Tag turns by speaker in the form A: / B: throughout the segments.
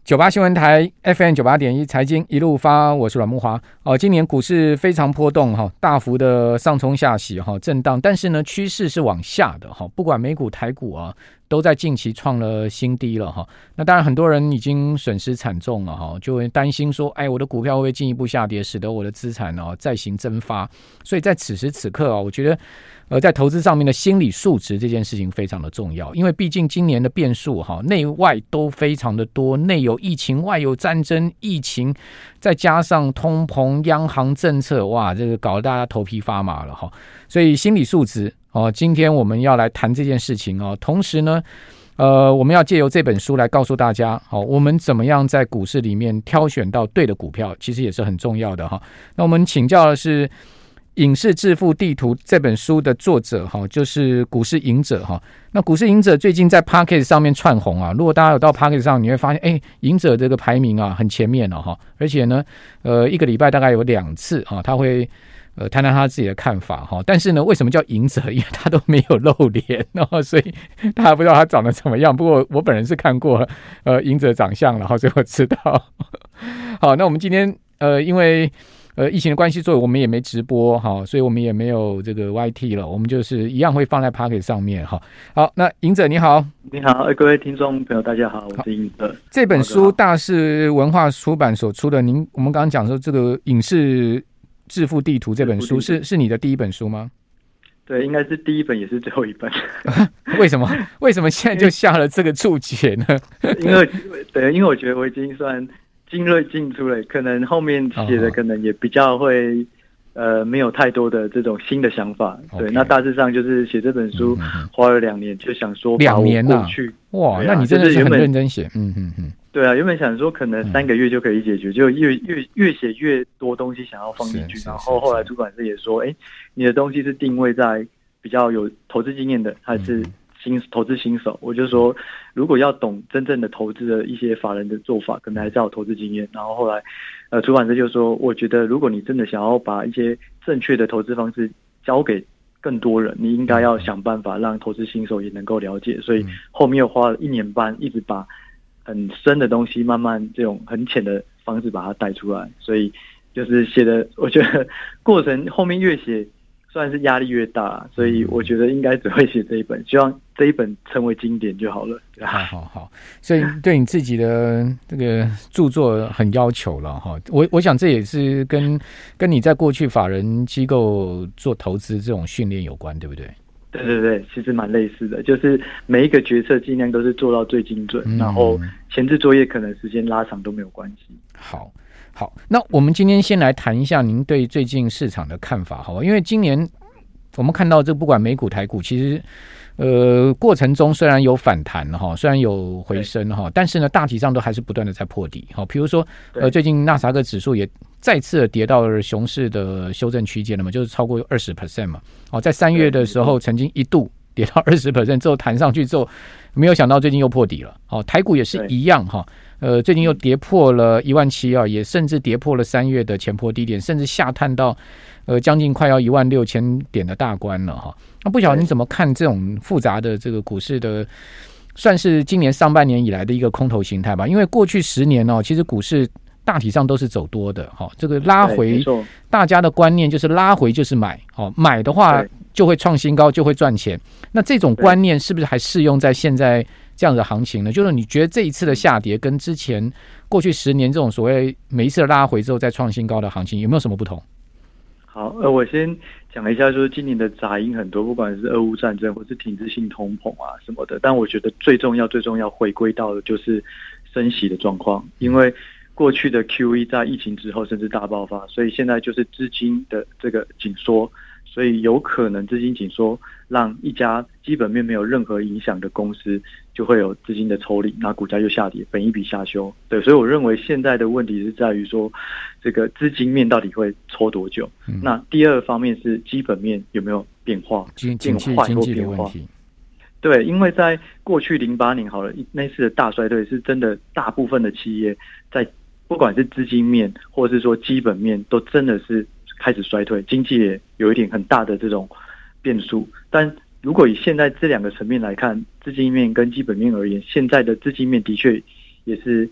A: 98新闻台 FM 98.1财经一路发，我是阮慕骅。今年股市非常波动，大幅的上冲下洗，震荡，但是呢趋势是往下的，不管美股台股啊都在近期创了新低了。那当然很多人已经损失惨重了，就会担心说，我的股票会不会进一步下跌，使得我的资产再行蒸发。所以在此时此刻我觉得在投资上面的心理素质这件事情非常的重要，因为毕竟今年的变数内外都非常的多，内有疫情，外有战争，疫情再加上通膨，央行政策，哇，这个搞得大家头皮发麻了。所以心理素质今天我们要来谈这件事情同时呢我们要借由这本书来告诉大家我们怎么样在股市里面挑选到对的股票，其实也是很重要的。那我们请教的是影视致富地图这本书的作者就是股市赢者。那股市赢者最近在 Podcast 上面窜红如果大家有到 Podcast 上，你会发现赢者这个排名很前面而且呢一个礼拜大概有2次他会谈谈他自己的看法但是呢为什么叫赢者，因为他都没有露脸所以大家不知道他长得怎么样，不过我本人是看过赢者长相了所以我知道。好，那我们今天因为疫情的关系，所以我们也没直播所以我们也没有这个 YT 了，我们就是一样会放在 Pocket 上面好，那赢者你好。
B: 你好，各位听众朋友大家好，我是赢者。
A: 这本书大是文化出版所出的，我们刚刚讲说这个影视致富地图这本书是你的第一本书吗？
B: 对，应该是第一本也是最后一本。
A: 为什么现在就下了这个注解呢？
B: 因为我觉得我已经算精锐进出了，可能后面写的可能也比较会没有太多的这种新的想法。对，那大致上就是写这本书花了2年，就想说把我过去
A: 哇，那你真的是很认真写。
B: 对啊，原本想说可能3个月就可以解决，就越写越多东西想要放进去，然后后来出版社也说，你的东西是定位在比较有投资经验的，还是投资新手？我就说，如果要懂真正的投资的一些法人的做法，可能还是要有投资经验。然后后来，出版社就说，我觉得如果你真的想要把一些正确的投资方式交给更多人，你应该要想办法让投资新手也能够了解。所以后面又花了1年半，一直把很深的东西慢慢这种很浅的方式把它带出来。所以就是写的，我觉得过程后面越写算是压力越大，所以我觉得应该只会写这一本，希望这一本成为经典就好了。
A: 好，所以对你自己的这个著作很要求了我想这也是跟你在过去法人机构做投资这种训练有关，对不对？
B: 对，其实蛮类似的，就是每一个决策尽量都是做到最精准，然后前置作业可能时间拉长都没有关系。好，那
A: 我们今天先来谈一下您对最近市场的看法，好吧？因为今年我们看到这不管美股台股，其实过程中虽然有反弹虽然有回升但是呢大体上都还是不断的在破底比如说最近纳斯达克指数也再次跌到了熊市的修正区间了嘛，就是超过 20% 嘛在3月的时候曾经一度跌到 20% 之后弹上去之后，没有想到最近又破底了台股也是一样最近又跌破了17000也甚至跌破了3月的前波低点，甚至下探到将近快要16000点的大关了那不晓得你怎么看这种复杂的这个股市的，算是今年上半年以来的一个空头形态吧？因为过去10年其实股市大体上都是走多的这个拉回大家的观念就是拉回就是买买的话就会创新高，就会赚钱。那这种观念是不是还适用在现在这样的行情呢？就是你觉得这一次的下跌跟之前过去10年这种所谓每一次的拉回之后再创新高的行情有没有什么不同？
B: 好，我先讲一下，就是今年的杂音很多，不管是俄乌战争或是停滞性通膨什么的，但我觉得最重要回归到的就是升息的状况，因为过去的 QE 在疫情之后甚至大爆发，所以现在就是资金的这个紧缩，所以有可能资金紧缩让一家基本面没有任何影响的公司就会有资金的抽离，那股价就下跌，本益比下修。对，所以我认为现在的问题是在于说这个资金面到底会抽多久。那第二方面是基本面有没有变化，
A: 经济的问题。
B: 对，因为在过去08年好了，那次的大衰退是真的大部分的企业在不管是资金面或是说基本面都真的是开始衰退，经济也有一点很大的这种变数。但如果以现在这2个层面来看，资金面跟基本面而言，现在的资金面的确也是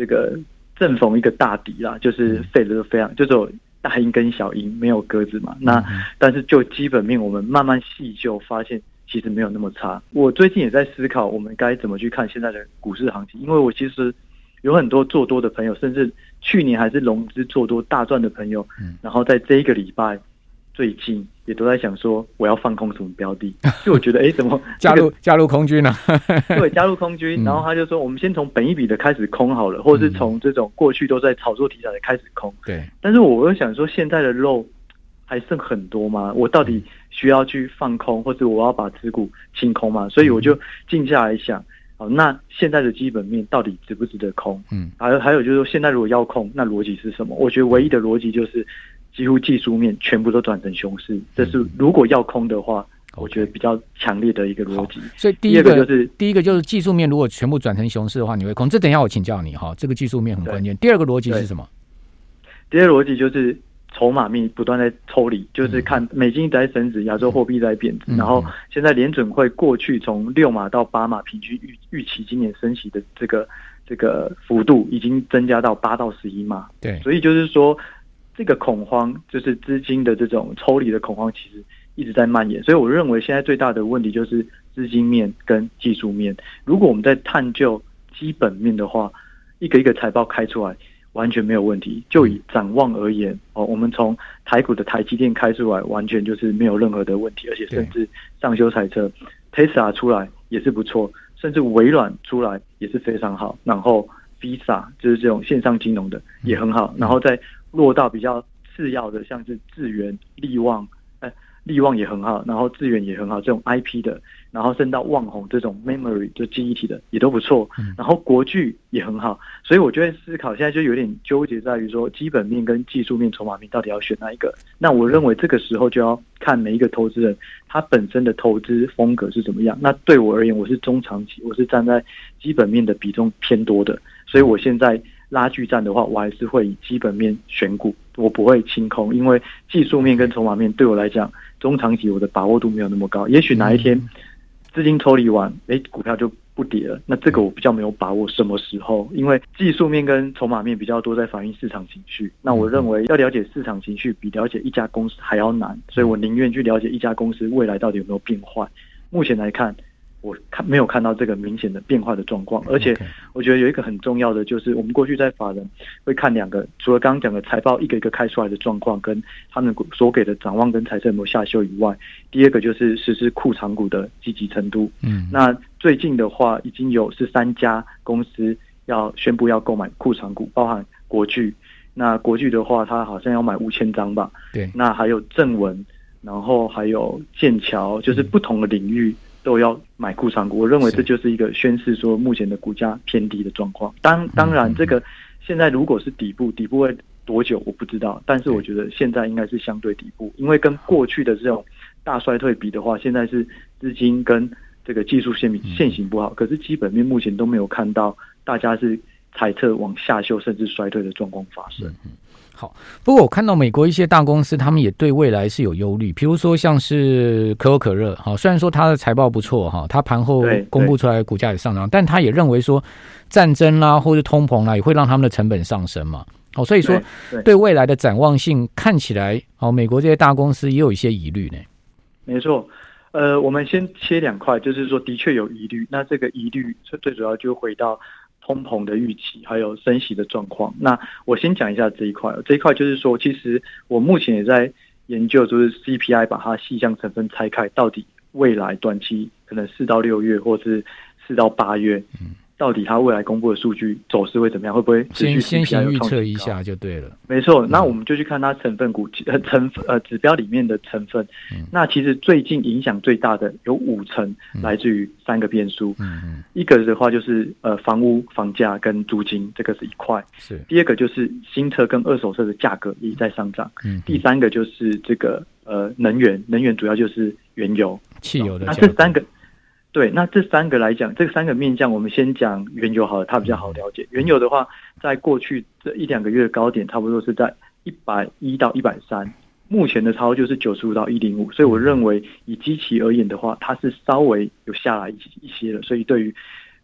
B: 这个正逢一个大敌啦，就是废的都非常，就是有大鹰跟小鹰，没有鸽子嘛。那但是就基本面我们慢慢细究，发现其实没有那么差。我最近也在思考，我们该怎么去看现在的股市行情，因为我其实有很多做多的朋友，甚至去年还是融资做多大赚的朋友，然后在这一个礼拜最近也都在想说我要放空什么标的，就我觉得怎么
A: 加入空军呢？
B: 对，加入空军，然后他就说我们先从本益比的开始空好了，或者是从这种过去都在炒作题材的开始空。
A: 对，
B: 但是我又想说现在的肉还剩很多吗？我到底需要去放空，或者我要把持股清空吗？所以我就静下来想，好，那现在的基本面到底值不值得空？还有就是说，现在如果要空，那逻辑是什么？我觉得唯一的逻辑就是几乎技术面全部都转成熊市，这是如果要空的话，我觉得比较强烈的一个逻辑。
A: 所以第一个就是技术面如果全部转成熊市的话，你会空。这等一下我请教你哈，这个技术面很关键。第二个逻辑是什么？
B: 第二个逻辑就是筹码面不断在抽离，就是看美金一直在升值，亚洲货币在贬值，然后现在联准会过去从6码到8码平均预期今年升息的这个幅度已经增加到8到11码。
A: 对，
B: 所以就是说这个恐慌，就是资金的这种抽离的恐慌，其实一直在蔓延。所以我认为现在最大的问题就是资金面跟技术面。如果我们在探究基本面的话，一个一个财报开出来完全没有问题。就以展望而言，我们从台股的台积电开出来，完全就是没有任何的问题，而且甚至上修财测 ，Tesla 出来也是不错，甚至微软出来也是非常好。然后 Visa 就是这种线上金融的也很好，然后再落到比较次要的，像是智原、力旺也很好，然后智原也很好，这种 IP 的，然后甚至到旺宏这种 memory 就记忆体的也都不错，然后国巨也很好。所以我就会思考，现在就有点纠结在于说基本面跟技术面、筹码面到底要选哪一个。那我认为这个时候就要看每一个投资人他本身的投资风格是怎么样。那对我而言，我是中长期，我是站在基本面的比重偏多的，所以我现在拉锯战的话，我还是会以基本面选股，我不会清空，因为技术面跟筹码面对我来讲，中长期我的把握度没有那么高。也许哪一天资金抽离完，股票就不跌了，那这个我比较没有把握什么时候，因为技术面跟筹码面比较多在反映市场情绪。那我认为要了解市场情绪比了解一家公司还要难，所以我宁愿去了解一家公司未来到底有没有变坏。目前来看，我没有看到这个明显的变化的状况，而且我觉得有一个很重要的就是我们过去在法人会看两个，除了刚刚讲的财报一个一个开出来的状况跟他们所给的展望跟财政有没有下修以外，第二个就是实施库藏股的积极程度。那最近的话已经有13家公司要宣布要购买库藏股，包含国巨，那国巨的话它好像要买5000张吧，
A: 对，
B: 那还有正文，然后还有剑桥，就是不同的领域都要买库藏股。我认为这就是一个宣示说目前的股价偏低的状况。当然这个现在如果是底部会多久我不知道，但是我觉得现在应该是相对底部，因为跟过去的这种大衰退比的话，现在是资金跟这个技术现行不好，可是基本面目前都没有看到大家是猜测往下修甚至衰退的状况发生。
A: 好，不过我看到美国一些大公司他们也对未来是有忧虑，比如说像是可口可乐，虽然说它的财报不错，它盘后公布出来股价也上涨，但他也认为说战争啦或者通膨啦也会让他们的成本上升嘛。所以说对未来的展望性看起来，美国这些大公司也有一些疑虑呢。
B: 没错，我们先切两块，就是说的确有疑虑，那这个疑虑最主要就回到通膨的预期还有升息的状况。那我先讲一下这一块就是说，其实我目前也在研究，就是 CPI 把它细项成分拆开，到底未来短期可能4到6月或是4到8月，到底它未来公布的数据走势会怎么样？会不会
A: 先行预测一下就对了？
B: 没错，那我们就去看它成分股指标里面的成分。那其实最近影响最大的有50%来自于3个变数。一个的话就是房屋房价跟租金，这个是一块。第二个就是新车跟二手车的价格也在上涨。第三个就是这个能源主要就是原油、
A: 汽油的价格。
B: 那这3个。对，那这3个来讲，这3个面向，我们先讲原油好了，它比较好了解。原油的话，在过去这1-2个月的高点，差不多是在110到130，目前的超就是95到105，所以我认为以基期而言的话，它是稍微有下来一些了。所以对于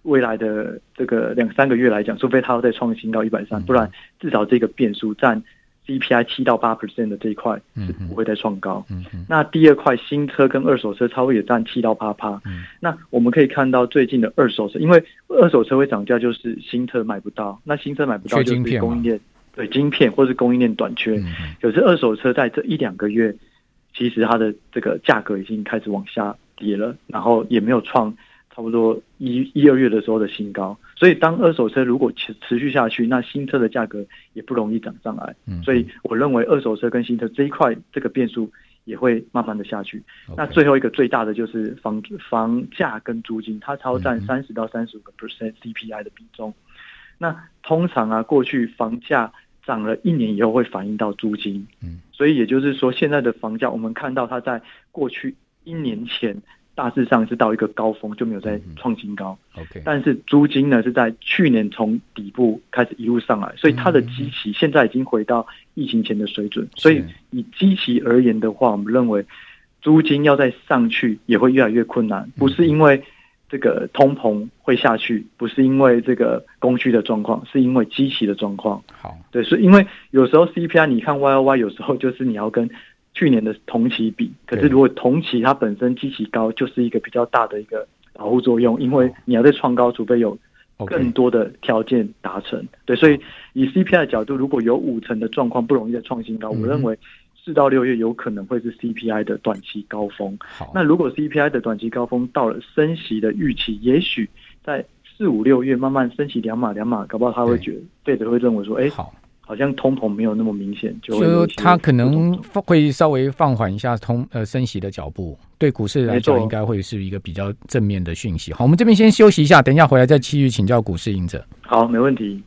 B: 未来的这个2-3个月来讲，除非它要再创新到130，不然至少这个变数占 CPI 7到8% 的这一块是不会再创高。那第二块新车跟二手车差不多也占7到8%。那我们可以看到最近的二手车，因为二手车会涨价，就是新车买不到，那新车买不到就是供应链对晶片或是供应链短缺。可是二手车在这1-2个月，其实它的这个价格已经开始往下跌了，然后也没有创差不多1-2月的时候的新高，所以当二手车如果持续下去，那新车的价格也不容易涨上来。所以我认为二手车跟新车这一块这个变数也会慢慢的下去。那最后一个最大的就是房价跟租金，它超占30到35% CPI 的比重。那通常啊，过去房价涨了1年以后会反映到租金，所以也就是说现在的房价我们看到它在过去1年前大致上是到一个高峰，就没有再创新高。但是租金呢是在去年从底部开始一路上来，所以它的基期现在已经回到疫情前的水准。所以以基期而言的话，我们认为租金要再上去也会越来越困难，不是因为这个通膨会下去，不是因为这个供需的状况，是因为基期的状况。对，所以因为有时候 CPI 你看 YOY 有时候就是你要跟去年的同期比，可是如果同期它本身基期高，就是一个比较大的一个保护作用，因为你要再创高，除非有更多的条件达成。对，所以以 CPI 的角度，如果有50%的状况不容易再创新高，我认为4到6月有可能会是 CPI 的短期高峰。那如果 CPI 的短期高峰到了升息的预期，也许在4、5、6月慢慢升息2码，搞不好他会觉得Fed会认为说，好像通膨没有那么明显，
A: 就他可能会稍微放缓一下升息的脚步，对股市来讲应该会是一个比较正面的讯息。好，我们这边先休息一下，等一下回来再继续请教股市赢者。好，
B: 没问题。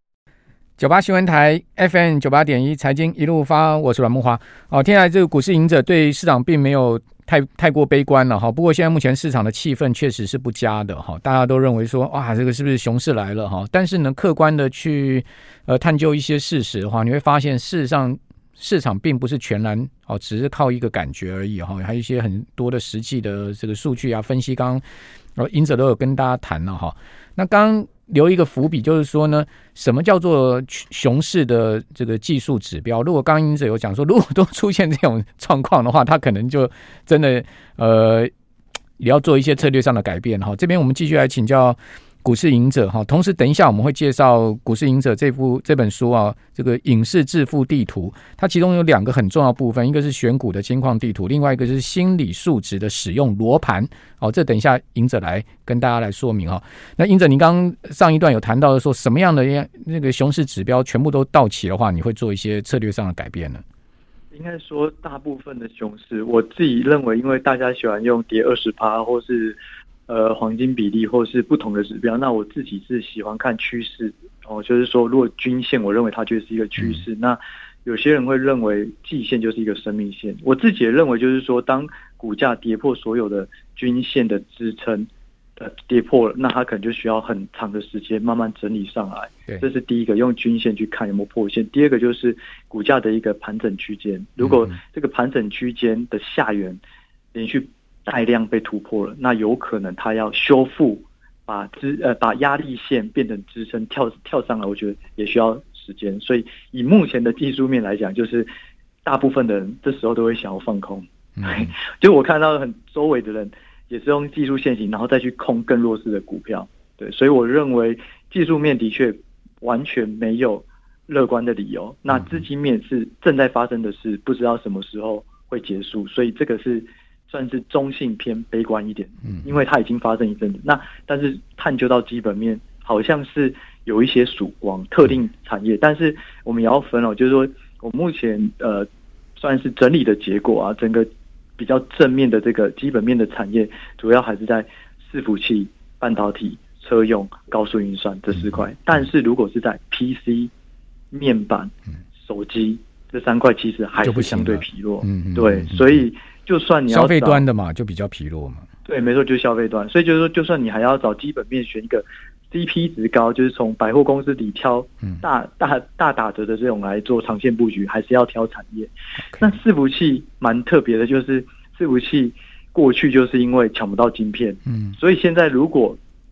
A: 98新闻台 FM 98.1财经一路发，我是阮慕骅。听起来这个股市赢者对市场并没有太过悲观了哈。不过现在目前市场的气氛确实是不佳的哈，大家都认为说哇，这个是不是熊市来了哈？但是呢，客观的去探究一些事实的话，你会发现事实上市场并不是全然只是靠一个感觉而已哈，还有一些很多的实际的这个数据啊分析，刚刚赢者都有跟大家谈了哈。那刚刚留一个伏笔，就是说呢，什么叫做熊市的这个技术指标？如果刚刚赢者有讲说，如果都出现这种状况的话，他可能就真的也要做一些策略上的改变哈。这边我们继续来请教股市赢者哈，同时等一下我们会介绍股市赢者这本书啊，这个影视致富地图，它其中有2个很重要部分，一个是选股的金矿地图，另外一个是心理数值的使用罗盘。这等一下赢者来跟大家来说明哈。那赢者，你刚刚上一段有谈到说什么样的那个熊市指标全部都到齐的话，你会做一些策略上的改变呢？
B: 应该说大部分的熊市，我自己认为，因为大家喜欢用跌20%或是黄金比例或是不同的指标，那我自己是喜欢看趋势就是说如果均线我认为它就是一个趋势，那有些人会认为季线就是一个生命线，我自己也认为就是说当股价跌破所有的均线的支撑跌破了，那它可能就需要很长的时间慢慢整理上来，这是第一个，用均线去看有没有破线。第二个就是股价的一个盘整区间，如果这个盘整区间的下缘连续带量被突破了，那有可能它要修复，把压力线变成支撑跳上来，我觉得也需要时间。所以以目前的技术面来讲，就是大部分的人这时候都会想要放空，就我看到很周围的人也是用技术线型，然后再去空更弱势的股票。对，所以我认为技术面的确完全没有乐观的理由。那资金面是正在发生的事，不知道什么时候会结束，所以这个是算是中性偏悲观一点，因为它已经发生一阵子。那但是探究到基本面，好像是有一些曙光，特定产业，但是我们也要分就是说我目前算是整理的结果啊，整个比较正面的这个基本面的产业，主要还是在伺服器、半导体、车用、高速运算这4块。但是如果是在 PC、面板、手机这3块，其实还是相对疲弱。对，所以就算你要
A: 消费端的嘛，就比较疲弱嘛。
B: 对，没错，就是消费端。所以就是说，就算你还要找基本面选一个 CP 值高，就是从百货公司里挑大打折的这种来做长线布局，还是要挑产业。那伺服器蛮特别的，就是伺服器过去就是因为抢不到晶片，所以现在如果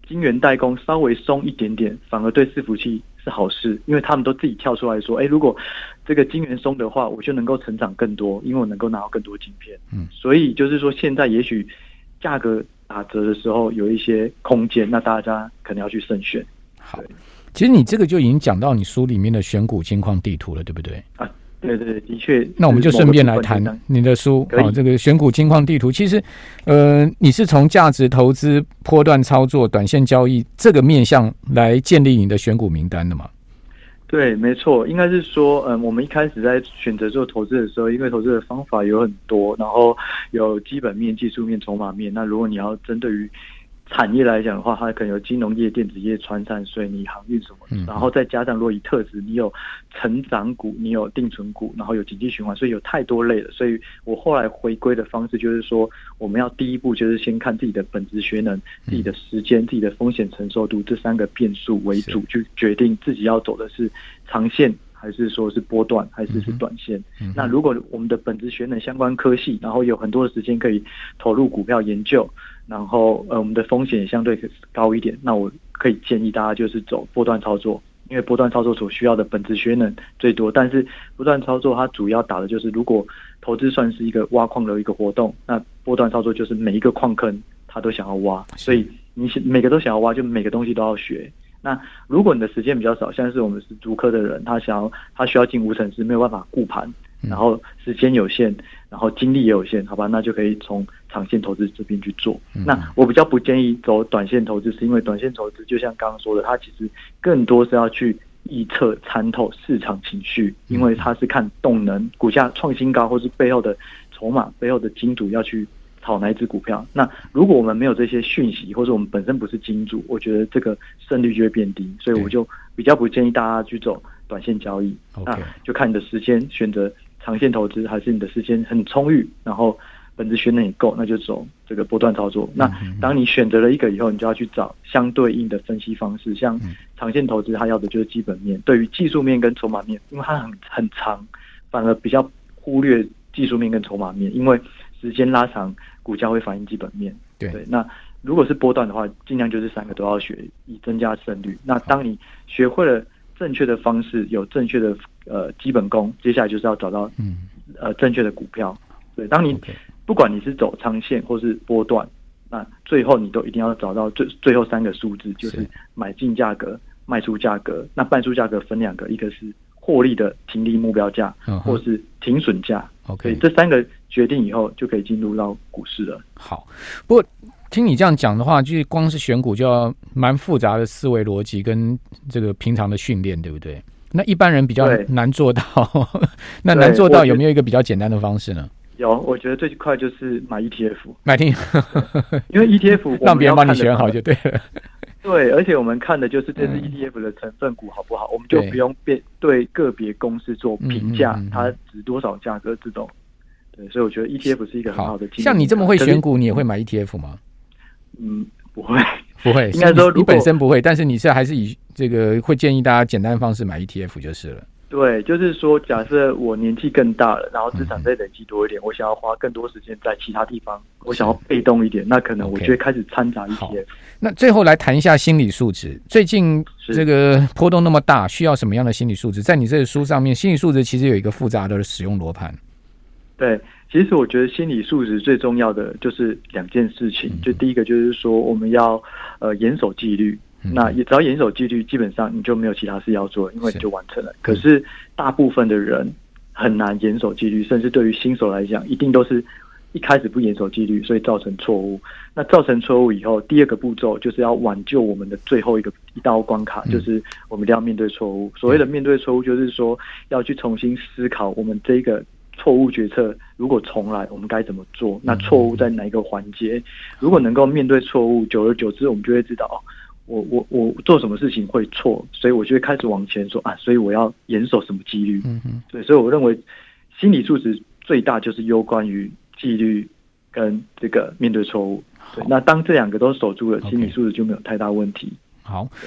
B: 晶圆代工稍微松一点点，反而对伺服器是好事，因为他们都自己跳出来说，如果这个晶圆松的话，我就能够成长更多，因为我能够拿到更多晶片。所以就是说现在也许价格打折的时候有一些空间，那大家可能要去慎选。
A: 好，其实你这个就已经讲到你书里面的选股金矿地图了，对不对？
B: 啊，对对，的确。
A: 那我们就顺便来谈你的书这个选股金矿地图。其实，你是从价值投资、波段操作、短线交易这个面向来建立你的选股名单的嘛？
B: 对，没错，应该是说，我们一开始在选择做投资的时候，因为投资的方法有很多，然后有基本面、技术面、筹码面。那如果你要针对于产业来讲的话，它可能有金融业、电子业、传产、水泥、航运什么，然后再加上如果以特质，你有成长股，你有定存股，然后有景气循环，所以有太多类了。所以我后来回归的方式就是说，我们要第一步就是先看自己的本质学能、自己的时间、自己的风险承受度这3个变数为主，去决定自己要走的是长线，还是说是波段，还是短线。那如果我们的本质学能相关科系，然后有很多的时间可以投入股票研究，然后我们的风险也相对高一点，那我可以建议大家就是走波段操作，因为波段操作所需要的本质学能最多。但是波段操作它主要打的就是如果投资算是一个挖矿的一个活动，那波段操作就是每一个矿坑它都想要挖，所以你每个都想要挖，就每个东西都要学。那如果你的时间比较少，像是我们是竹科的人，他需要进无尘室，没有办法顾盘，然后时间有限，然后精力也有限，好吧，那就可以从长线投资这边去做。那我比较不建议走短线投资，是因为短线投资就像刚刚说的，它其实更多是要去预测参透市场情绪，因为它是看动能、股价创新高，或是背后的筹码、背后的金主要去炒哪一只股票。那如果我们没有这些讯息，或者我们本身不是金主，我觉得这个胜率就会变低，所以我就比较不建议大家去走短线交易。那就看你的时间，选择长线投资，还是你的时间很充裕，然后本质学能也够，那就走这个波段操作。那当你选择了一个以后，你就要去找相对应的分析方式。像长线投资，它要的就是基本面，对于技术面跟筹码面，因为它很长，反而比较忽略技术面跟筹码面，因为时间拉长，股价会反映基本面。对，那如果是波段的话，尽量就是3个都要学，以增加胜率。那当你学会了正确的方式，有正确的基本功，接下来就是要找到正确的股票。对，当你不管你是走长线或是波段，那最后你都一定要找到最后3个数字，就是买进价格、卖出价格。那卖出价格分2个，一个是获利的停利目标价，或是停损价。所以这3个决定以后，就可以进入到股市了。
A: 好，不过听你这样讲的话，就是光是选股就要蛮复杂的思维逻辑跟这个平常的训练，对不对？那一般人比较难做到。那难做到有没有一个比较简单的方式呢？
B: 有，我觉得最快就是买 ETF。
A: 因
B: 为 ETF
A: 让别人帮你选好就对了。
B: 对，而且我们看的就是这支 ETF 的成分股好不好，我们就不用对个别公司做评价，它值多少价格这种。对，所以我觉得 ETF 是一个很好的。
A: 像你这么会选股，你也会买 ETF 吗？
B: 不会，
A: 不会。应该说你本身不会，但是你是还是以这个会建议大家简单的方式买 ETF 就是了。
B: 对，就是说，假设我年纪更大了，然后资产再累积多一点，我想要花更多时间在其他地方，我想要被动一点，那可能我就会开始掺杂 ETF。
A: 那最后来谈一下心理素质。最近这个波动那么大，需要什么样的心理素质？在你这个书上面，心理素质其实有一个复杂的使用罗盘。
B: 对，其实我觉得心理素质最重要的就是2件事情，就第一个就是说我们要严守纪律。那只要严守纪律，基本上你就没有其他事要做，因为你就完成了。可是大部分的人很难严守纪律，甚至对于新手来讲，一定都是一开始不严守纪律，所以造成错误。那造成错误以后，第2个步骤就是要挽救我们的最后一道关卡，就是我们一定要面对错误。所谓的面对错误，就是说要去重新思考我们这个错误决策如果重来，我们该怎么做？那错误在哪一个环节？如果能够面对错误，久而久之，我们就会知道我做什么事情会错，所以我就会开始往前说所以我要严守什么纪律。对，所以我认为心理素质最大就是攸关于纪律跟这个面对错误。对，那当这2个都守住了，心理素质就没有太大问题。
A: 好，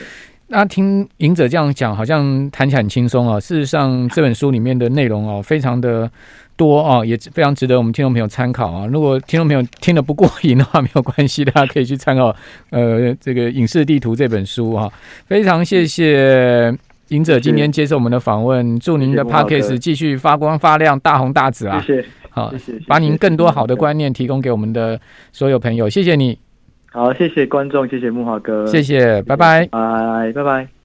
A: 那听赢者这样讲，好像谈起来很轻松啊。事实上，这本书里面的内容哦，非常的多啊，也非常值得我们听众朋友参考啊。如果听众朋友听得不过瘾的话，没有关系，大家可以去参考这个《影视地图》这本书啊。非常谢谢赢者今天接受我们的访问，祝您的 Podcast 继续发光发亮，大红大紫啊！
B: 谢谢，
A: 好，把您更多好的观念提供给我们的所有朋友，谢谢你。
B: 好，谢谢观众，谢谢木华哥，
A: 谢谢，拜拜，
B: 拜拜。